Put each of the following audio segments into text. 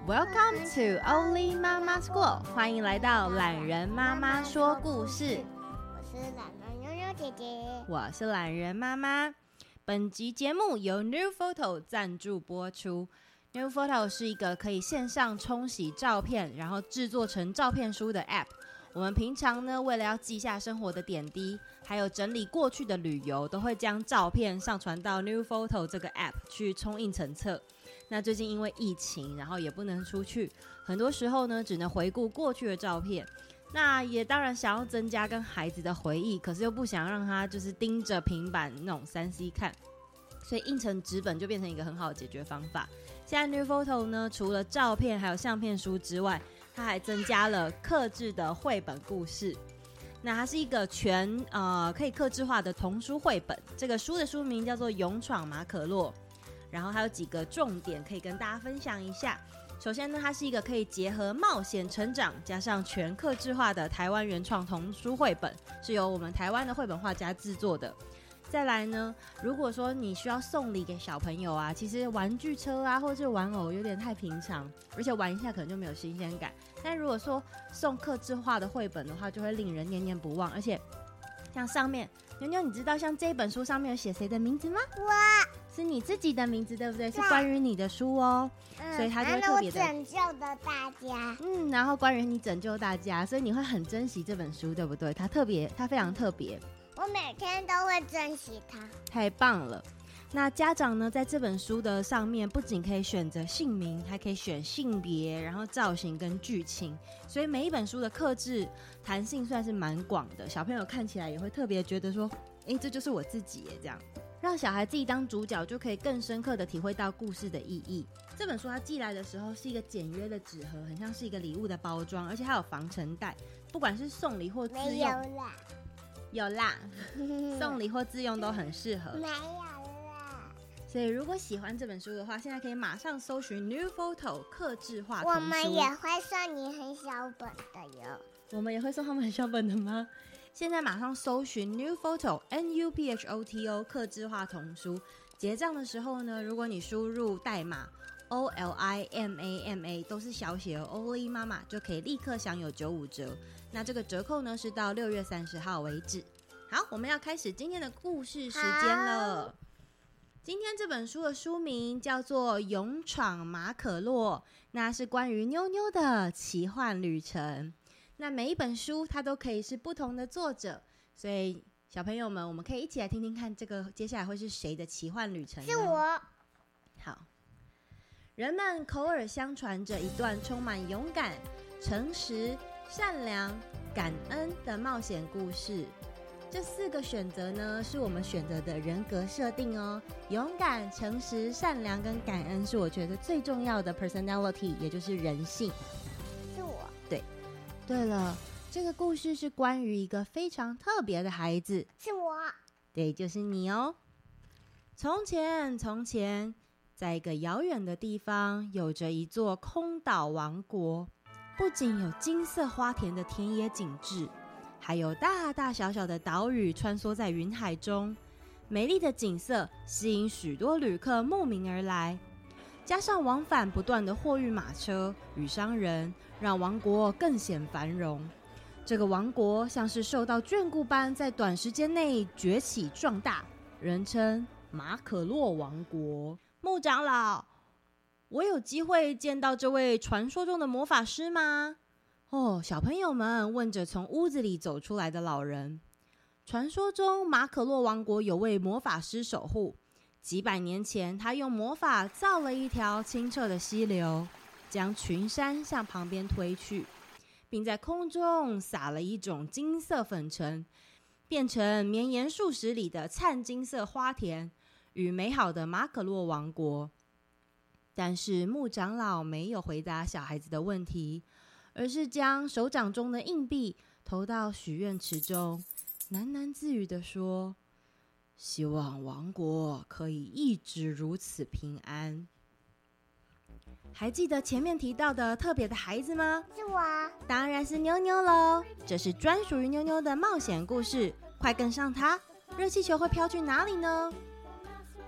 Welcome to Only Mama School， 欢迎来到懒人妈妈说故事。 我是懒人妞妞姐姐， 我是懒人妈妈。本集节目由 New Photo 赞助播出。New Photo 是一个可以线上冲洗照片，然后制作成照片书的 App。我们平常呢，为了要记下生活的点滴，还有整理过去的旅游，都会将照片上传到 New Photo 这个 App 去冲印成册。那最近因为疫情，然后也不能出去，很多时候呢，只能回顾过去的照片。那也当然想要增加跟孩子的回忆，可是又不想让他就是盯着平板那种 3C 看，所以印成纸本就变成一个很好的解决方法。现在 New Photo 呢，除了照片还有相片书之外，它还增加了客制的绘本故事。那它是一个可以客制化的童书绘本。这个书的书名叫做《勇闯马可洛》，然后还有几个重点可以跟大家分享一下。首先呢，它是一个可以结合冒险成长加上全客制化的台湾原创童书绘本，是由我们台湾的绘本画家制作的。再来呢，如果说你需要送礼给小朋友啊，其实玩具车啊或者是玩偶有点太平常，而且玩一下可能就没有新鲜感。但如果说送客制化的绘本的话，就会令人念念不忘。而且像上面妞妞，你知道像这本书上面有写谁的名字吗？是你自己的名字，对不对？是关于你的书哦，所以它就会特别的拯救的大家。 然后关于你拯救大家，所以你会很珍惜这本书，对不对？它非常特别。 我每天都会珍惜它。 太棒了！那家长呢，在这本书的上面不仅可以选择姓名，还可以选性别，然后造型跟剧情，所以每一本书的客制弹性算是蛮广的。小朋友看起来也会特别觉得说，这就是我自己耶，这样让小孩自己当主角，就可以更深刻的体会到故事的意义。这本书它寄来的时候是一个简约的纸盒，很像是一个礼物的包装，而且还有防尘袋，不管是送礼或自用。 没有啦。 有啦，送礼或自用都很适合。 没有啦。 所以如果喜欢这本书的话，现在可以马上搜寻 New Photo 客制化童书。 我们也会送你很小本的哟。 我们也会送他们很小本的吗？现在马上搜寻 New Photo NUPHOTO 客制化童书。结账的时候呢，如果你输入代码OLIMAMA 都是小写Only Mama， 就可以立刻享有95折。那这个折扣呢是到6月30号为止。好，我们要开始今天的故事时间了。今天这本书的书名叫做《勇闯马可洛》，那是关于妞妞的奇幻旅程。那每一本书它都可以是不同的作者，所以小朋友们，我们可以一起来听听看，这个接下来会是谁的奇幻旅程呢？ 是我。 好，人们口耳相传着一段充满勇敢、诚实、善良、感恩的冒险故事。这4个选择呢，是我们选择的人格设定哦。勇敢、诚实、善良跟感恩是我觉得最重要的 personality， 也就是人性。 是我。 对了，这个故事是关于一个非常特别的孩子。 是我。 对，就是你哦。从前，在一个遥远的地方，有着一座空岛王国。不仅有金色花田的田野景致，还有大大小小的岛屿穿梭在云海中，美丽的景色吸引许多旅客慕名而来。加上往返不断的货运马车与商人，让王国更显繁荣。这个王国像是受到眷顾般，在短时间内崛起壮大，人称马可洛王国。牧长老，我有机会见到这位传说中的魔法师吗？小朋友们问着从屋子里走出来的老人。传说中马可洛王国有位魔法师守护，几百年前他用魔法造了一条清澈的溪流，将群山向旁边推去，并在空中撒了一种金色粉尘，变成绵延数十里的灿金色花田与美好的马可洛王国。但是牧长老没有回答小孩子的问题，而是将手掌中的硬币投到许愿池中，喃喃自语地说：希望王国可以一直如此平安。还记得前面提到的特别的孩子吗？ 是我。 当然是妞妞喽，这是专属于妞妞的冒险故事，快跟上它！热气球会飘去哪里呢？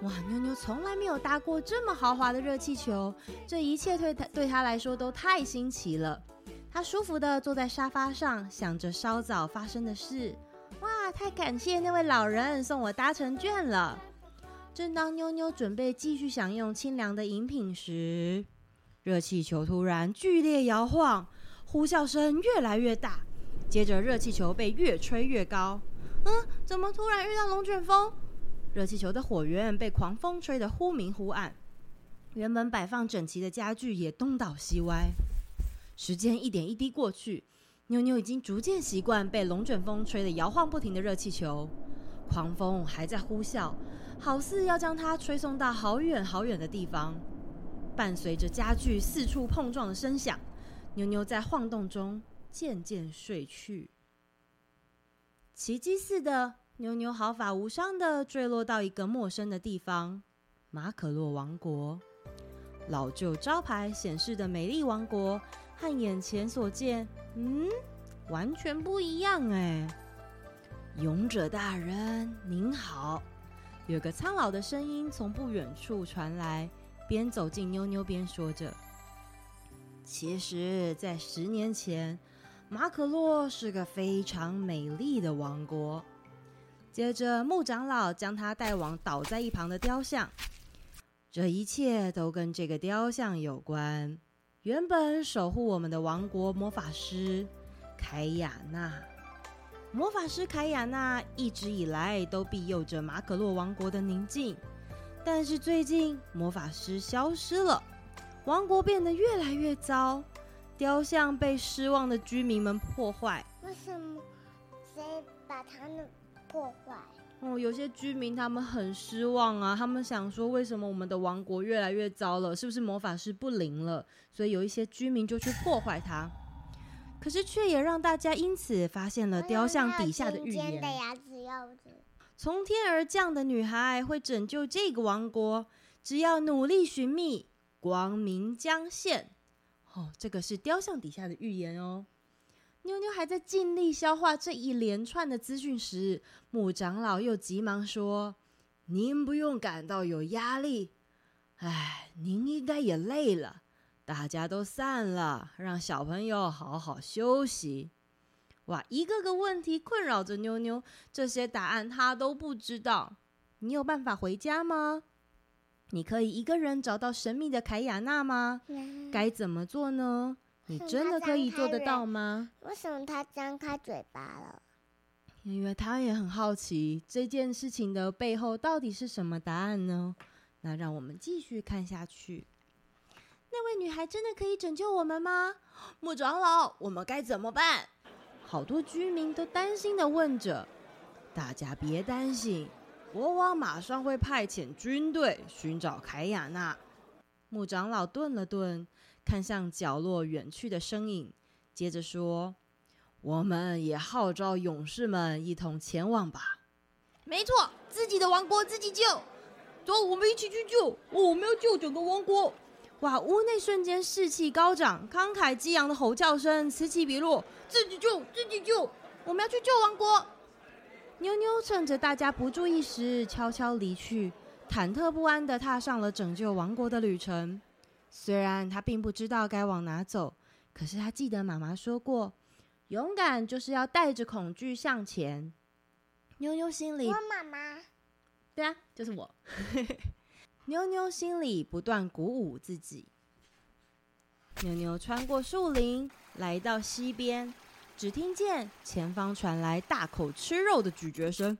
哇，妞妞从来没有搭过这么豪华的热气球，这一切对她来说都太新奇了。她舒服地坐在沙发上，想着稍早发生的事。哇，太感谢那位老人送我搭乘券了。正当妞妞准备继续享用清凉的饮品时，热气球突然剧烈摇晃，呼啸声越来越大，接着热气球被越吹越高。怎么突然遇到龙卷风？热气球的火源被狂风吹得忽明忽暗，原本摆放整齐的家具也东倒西歪。时间一点一滴过去，妞妞已经逐渐习惯被龙卷风吹得摇晃不停的热气球，狂风还在呼啸，好似要将它吹送到好远好远的地方。伴随着家具四处碰撞的声响，妞妞在晃动中渐渐睡去。奇迹似的，妞妞毫发无伤地坠落到一个陌生的地方——马可洛王国。老旧招牌显示的美丽王国和眼前所见，完全不一样哎！勇者大人您好，有个苍老的声音从不远处传来，边走近妞妞边说着：其实在10年前，马可洛是个非常美丽的王国。接着牧长老将他带往倒在一旁的雕像，这一切都跟这个雕像有关。原本守护我们的王国魔法师凯亚娜，魔法师凯亚娜一直以来都庇佑着马可洛王国的宁静，但是最近魔法师消失了，王国变得越来越糟，雕像被失望的居民们破坏。 为什么？谁把它们破坏？ 有些居民他们很失望啊，他们想说为什么我们的王国越来越糟了，是不是魔法师不灵了？所以有一些居民就去破坏它，可是却也让大家因此发现了雕像底下的预言。从天而降的女孩会拯救这个王国，只要努力寻觅，光明将现。这个是雕像底下的预言哦。妞妞还在尽力消化这一连串的资讯时，牧长老又急忙说：您不用感到有压力，您应该也累了，大家都散了，让小朋友好好休息。哇，一个个问题困扰着妞妞，这些答案她都不知道。你有办法回家吗？你可以一个人找到神秘的凯亚娜吗？该怎么做呢？你真的可以做得到吗？ 为什么他张开嘴巴了？ 因为他也很好奇这件事情的背后到底是什么答案呢？那让我们继续看下去。那位女孩真的可以拯救我们吗？牧长老，我们该怎么办？好多居民都担心地问着。大家别担心，国王马上会派遣军队寻找凯亚娜。牧长老顿了顿，看向角落远去的身影，接着说：我们也号召勇士们一同前往吧。没错，自己的王国自己救。走，我们一起去救。我们要救整个王国。哇，屋内瞬间士气高涨，慷慨激昂的吼叫声此起彼落。自己救，自己救，我们要去救王国。妞妞趁着大家不注意时悄悄离去，忐忑不安地踏上了拯救王国的旅程。虽然她并不知道该往哪走，可是她记得妈妈说过，勇敢就是要带着恐惧向前。妞妞心里， 我妈妈， 对啊，就是我。妞妞心里不断鼓舞自己。妞妞穿过树林，来到溪边，只听见前方传来大口吃肉的咀嚼声，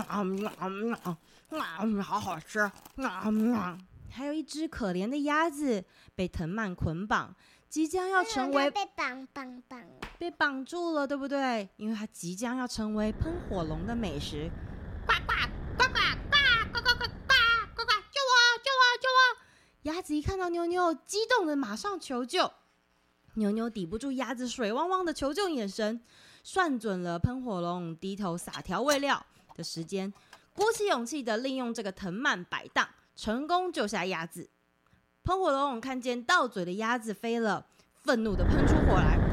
好好吃。还有一只可怜的鸭子被藤蔓捆绑，即将要成为被绑住了，对不对？因为它即将要成为喷火龙的美食。呱呱呱呱呱呱呱呱呱呱呱！救我！救我！救我！鸭子一看到妞妞，激动的马上求救。妞妞抵不住鸭子水汪汪的求救眼神，算准了喷火龙低头撒调味料的时间，鼓起勇气的利用这个藤蔓摆荡，成功救下鸭子。喷火龙看见到嘴的鸭子飞了，愤怒的喷出火来，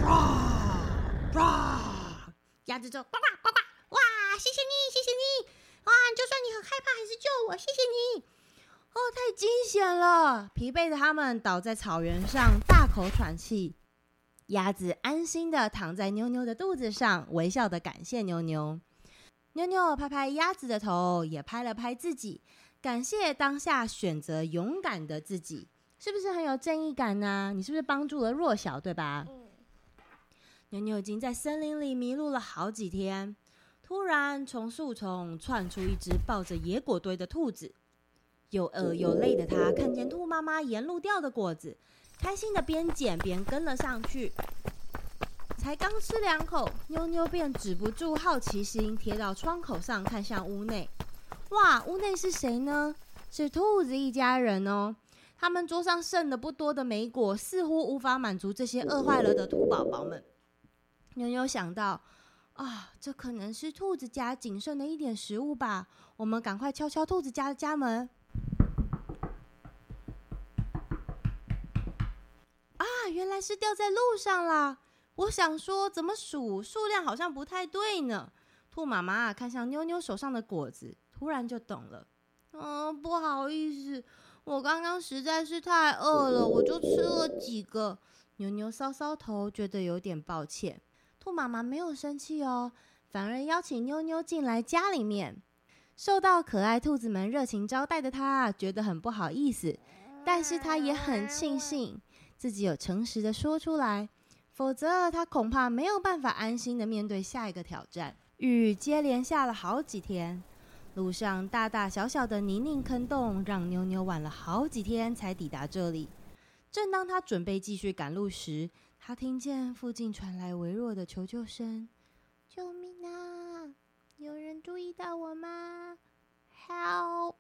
鸭子就呱呱呱呱，哇，谢谢你，谢谢你，哇，就算你很害怕还是救我，谢谢你。 太惊险了！疲惫的他们倒在草原上，大口喘气。鸭子安心的躺在妞妞的肚子上，微笑的感谢妞妞。妞妞拍拍鸭子的头，也拍了拍自己，感谢当下选择勇敢的自己。是不是很有正义感呢？你是不是帮助了弱小，对吧？妞妞已经在森林里迷路了好几天，突然从树丛窜出一只抱着野果堆的兔子。又饿又累的他看见兔妈妈沿路掉的果子，开心的边捡边跟了上去。才刚吃2口，妞妞便止不住好奇心，贴到窗口上看向屋内。哇，屋内是谁呢？是兔子一家人哦。他们桌上剩的不多的莓果似乎无法满足这些饿坏了的兔宝宝们。妞妞想到，这可能是兔子家仅剩的一点食物吧。我们赶快敲敲兔子家的家门。原来是掉在路上啦！我想说，怎么数量好像不太对呢？兔妈妈看向妞妞手上的果子，突然就懂了。不好意思，我刚刚实在是太饿了，我就吃了几个。妞妞搔搔头，觉得有点抱歉。兔妈妈没有生气哦，反而邀请妞妞进来家里面。受到可爱兔子们热情招待的她，觉得很不好意思，但是她也很庆幸自己有诚实的说出来，否则她恐怕没有办法安心的面对下一个挑战。雨接连下了好几天，路上大大小小的泥泞坑洞，让妞妞晚了好几天才抵达这里。正当她准备继续赶路时，她听见附近传来微弱的求救声：“救命啊！有人注意到我吗？ Help!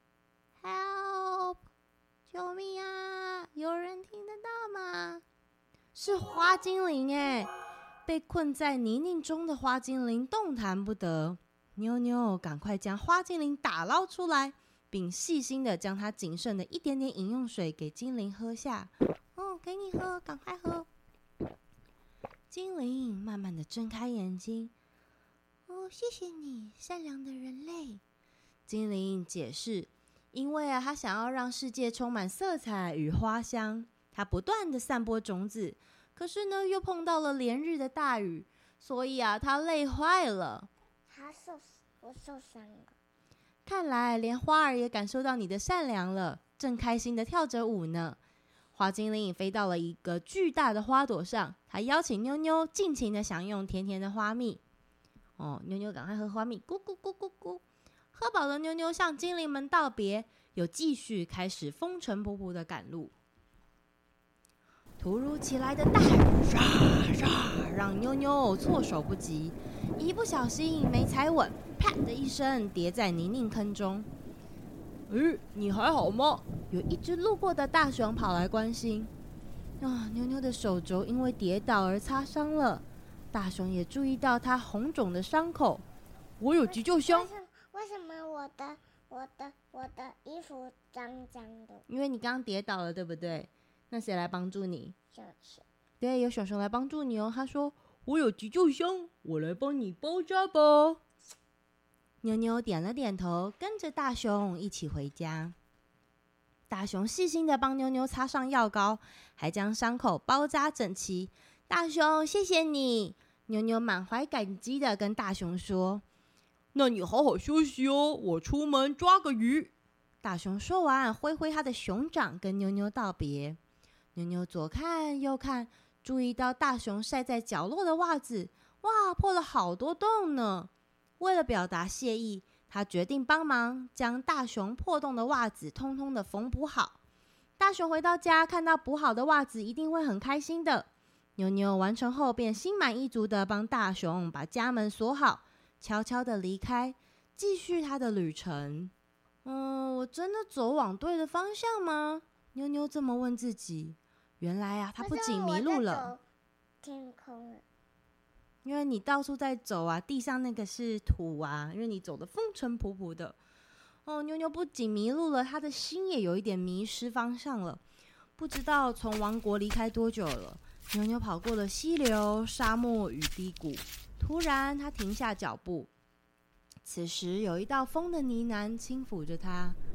Help! 救命啊！有人听得到吗？”是花精灵耶！被困在泥泞中的花精灵动弹不得。妞妞赶快将花精灵打捞出来，并细心的将它仅剩的一点点饮用水给精灵喝下。给你喝，赶快喝。精灵慢慢的睁开眼睛。谢谢你，善良的人类。精灵解释，因为他想要让世界充满色彩与花香，他不断的散播种子，可是呢又碰到了连日的大雨，所以他累坏了。 我受伤了。 看来连花儿也感受到你的善良了，正开心的跳着舞呢。花精灵飞到了一个巨大的花朵上，还邀请妞妞尽情的享用甜甜的花蜜。妞妞赶快喝花蜜，咕咕咕咕咕。喝饱了，妞妞向精灵们道别，又继续开始风尘仆仆的赶路。突如其来的大雨让妞妞措手不及，一不小心没踩稳，啪的一声跌在泥泞坑中。你还好吗？有一只路过的大熊跑来关心。妞妞的手肘因为跌倒而擦伤了，大熊也注意到她红肿的伤口。我有急救箱。 为什么我的衣服脏脏的？ 因为你刚刚跌倒了，对不对？那谁来帮助你？ 熊熊。 对，有熊熊来帮助你哦。他说：“我有急救箱，我来帮你包扎吧。”妞妞点了点头，跟着大熊一起回家。大熊细心的帮妞妞擦上药膏，还将伤口包扎整齐。大熊，谢谢你！妞妞满怀感激的跟大熊说：“那你好好休息哦，我出门抓个鱼。”大熊说完，挥挥他的熊掌，跟妞妞道别。妞妞左看右看，注意到大熊晒在角落的袜子，哇，破了好多洞呢。为了表达谢意，他决定帮忙将大熊破洞的袜子通通的缝补好。大熊回到家，看到补好的袜子，一定会很开心的。妞妞完成后，便心满意足的帮大熊把家门锁好，悄悄的离开，继续他的旅程。我真的走往对的方向吗？妞妞这么问自己。原来他不仅迷路了， 天空了。 因为你到处在走啊，地上那个是土啊，因为你走的风尘仆仆的。妞妞不仅迷路了，她的心也有一点迷失方向了。不知道从王国离开多久了，妞妞跑过了溪流、沙漠与低谷。突然，她停下脚步。此时，有一道风的呢喃轻抚着她。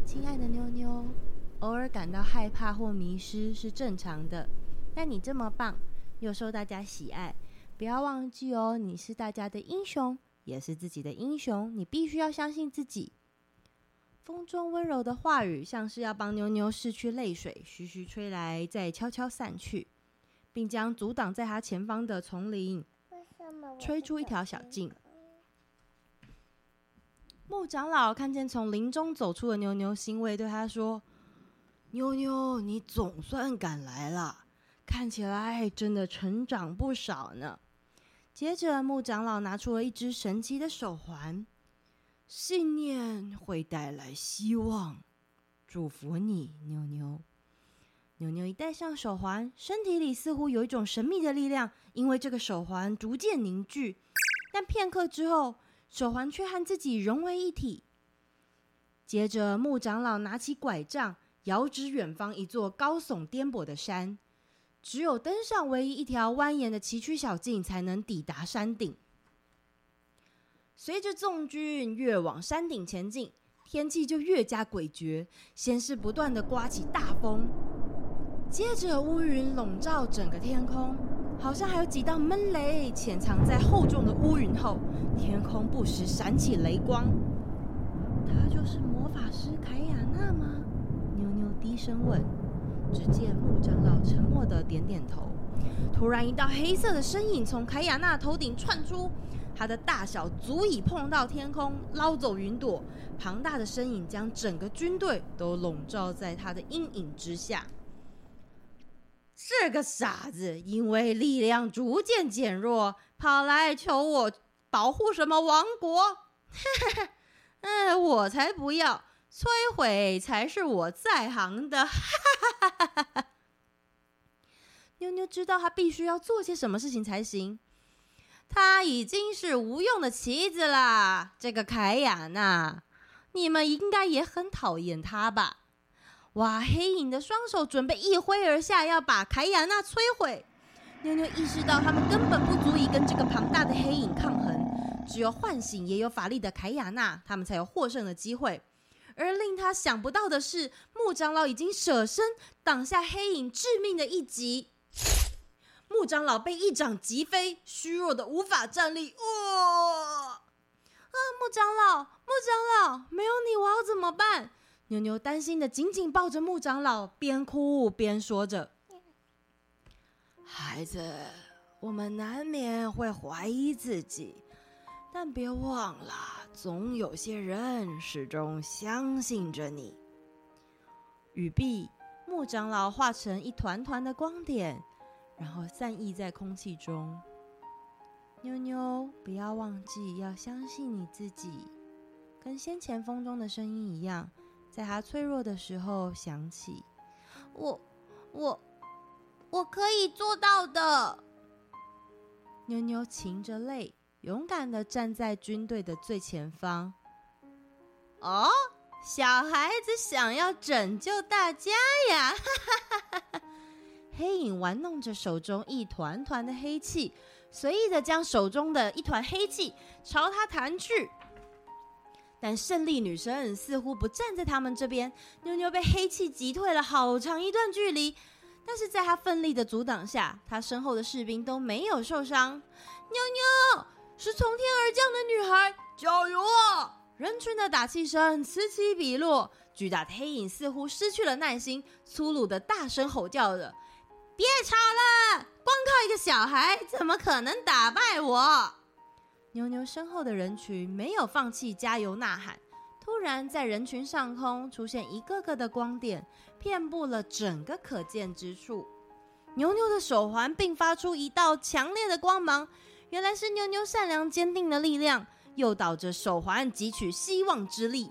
亲爱的妞妞，偶尔感到害怕或迷失是正常的，但你这么棒，又受大家喜爱，不要忘记哦，你是大家的英雄，也是自己的英雄，你必须要相信自己。风中温柔的话语像是要帮妞妞拭去泪水，徐徐吹来，再悄悄散去，并将阻挡在她前方的丛林吹出一条小径。木长老看见从林中走出的妞妞，欣慰对他说：“妞妞，你总算赶来了，看起来真的成长不少呢。”接着，木长老拿出了一只神奇的手环。信念会带来希望，祝福你，妞妞。妞妞一戴上手环，身体里似乎有一种神秘的力量，因为这个手环逐渐凝聚。但片刻之后，手环却和自己融为一体。接着，木长老拿起拐杖，遥指远方一座高耸颠簸的山，只有登上唯一一条蜿蜒的崎岖小径，才能抵达山顶。随着众军越往山顶前进，天气就越加诡谲。先是不断的刮起大风，接着乌云笼罩整个天空，好像还有几道闷雷潜藏在厚重的乌云后，天空不时闪起雷光。他就是魔法师凯亚娜吗？妞妞低声问。只见木长老沉默的点点头。突然，一道黑色的身影从凯亚娜头顶窜出，它的大小足以碰到天空，捞走云朵。庞大的身影将整个军队都笼罩在它的阴影之下。这个傻子因为力量逐渐减弱，跑来求我保护什么王国？我才不要！摧毁才是我在行的。妞妞知道她必须要做些什么事情才行。他已经是无用的棋子啦，这个凯亚娜，你们应该也很讨厌他吧？哇！黑影的双手准备一挥而下，要把凯亚娜摧毁。妞妞意识到他们根本不足以跟这个庞大的黑影抗衡，只有唤醒也有法力的凯亚娜，他们才有获胜的机会。而令他想不到的是，木长老已经舍身挡下黑影致命的一击。木长老被一掌击飞，虚弱的无法站立。木长老，没有你我要怎么办？妞妞担心的紧紧抱着木长老，边哭边说着：“孩子，我们难免会怀疑自己，但别忘了，总有些人始终相信着你。”语毕，木长老化成一团团的光点，然后散逸在空气中。妞妞，不要忘记要相信你自己，跟先前风中的声音一样，在他脆弱的时候响起。我可以做到的。妞妞噙着泪，勇敢地站在军队的最前方。哦，小孩子想要拯救大家呀！黑影玩弄着手中一团团的黑气，随意的将手中的一团黑气朝他弹去。但胜利女神似乎不站在他们这边，妞妞被黑气击退了好长一段距离。但是在她奋力的阻挡下，她身后的士兵都没有受伤。妞妞，是从天而降的女孩，加油啊！人群的打气声此起彼落，巨大的黑影似乎失去了耐心，粗鲁的大声吼叫着：“别吵了！光靠一个小孩，怎么可能打败我？”妞妞身后的人群没有放弃加油呐喊，突然在人群上空出现一个个的光点，遍布了整个可见之处。妞妞的手环并发出一道强烈的光芒，原来是妞妞善良坚定的力量，诱导着手环汲取希望之力。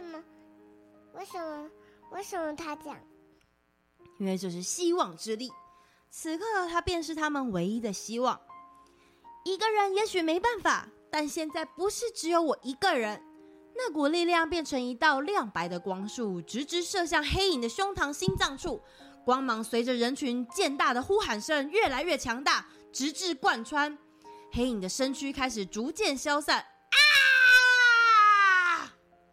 为什么他讲？ 因为这是希望之力，此刻它便是他们唯一的希望。一个人也许没办法，但现在不是只有我一个人。那股力量变成一道亮白的光束，直直射向黑影的胸膛心脏处。光芒随着人群渐大的呼喊声越来越强大，直至贯穿。黑影的身躯开始逐渐消散。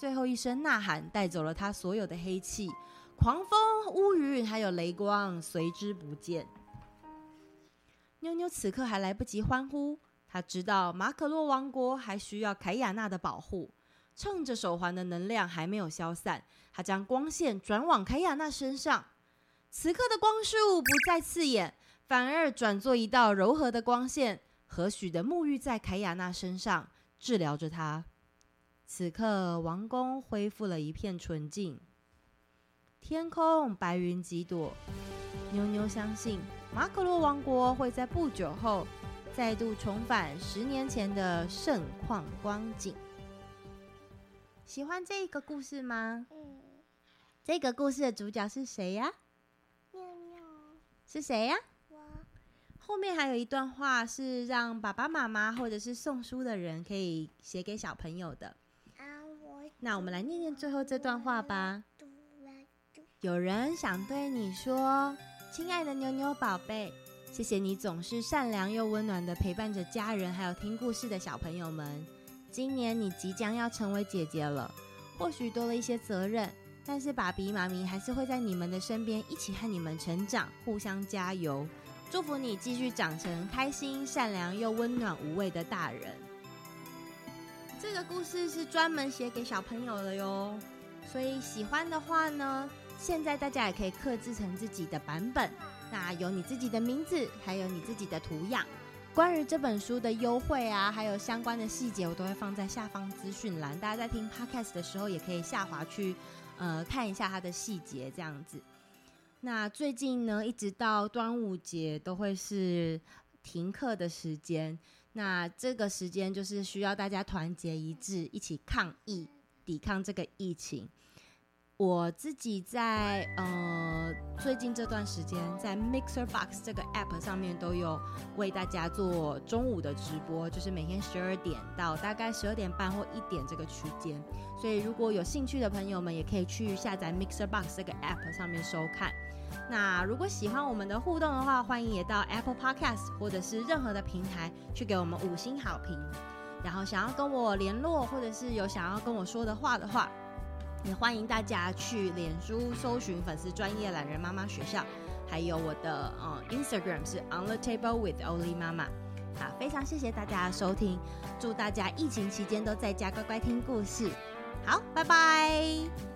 最后一声呐喊带走了他所有的黑气，狂风、乌云还有雷光随之不见。妞妞此刻还来不及欢呼，他知道马可洛王国还需要凯亚娜的保护。趁着手环的能量还没有消散，他将光线转往凯亚娜身上。此刻的光束不再刺眼，反而转作一道柔和的光线，和煦的沐浴在凯亚娜身上，治疗着她。此刻王宫恢复了一片纯净，天空白云几朵。妞妞相信马可洛王国会在不久后再度重返10年前的盛况光景。喜欢这个故事吗？这个故事的主角是谁呀？ 妞妞是谁呀？ 我。 后面还有一段话是让爸爸妈妈或者是送书的人可以写给小朋友的。那我们来念念最后这段话吧。有人想对你说，亲爱的妞妞宝贝，谢谢你总是善良又温暖的陪伴着家人还有听故事的小朋友们。今年你即将要成为姐姐了，或许多了一些责任，但是爸比妈咪还是会在你们的身边，一起和你们成长，互相加油。祝福你继续长成开心、善良又温暖无畏的大人。这个故事是专门写给小朋友的哟，所以喜欢的话呢，现在大家也可以客制成自己的版本，那有你自己的名字，还有你自己的图样。关于这本书的优惠啊，还有相关的细节，我都会放在下方资讯栏，大家在听 podcast 的时候也可以下滑去看一下它的细节这样子。那最近呢，一直到端午节都会是停课的时间，那这个时间就是需要大家团结一致，一起抗疫，抵抗这个疫情。我自己在最近这段时间，在 Mixer Box 这个 App 上面都有为大家做中午的直播，就是每天12点到大概12点半或1点这个区间。所以如果有兴趣的朋友们，也可以去下载 Mixer Box 这个 App 上面收看。那如果喜欢我们的互动的话，欢迎也到 Apple Podcast 或者是任何的平台去给我们5星好评。然后想要跟我联络，或者是有想要跟我说的话的话，也欢迎大家去脸书搜寻粉丝专页懒人妈妈学校，还有我的Instagram 是 On the Table with Oli 妈妈。好，非常谢谢大家的收听，祝大家疫情期间都在家乖乖听故事。好，拜拜。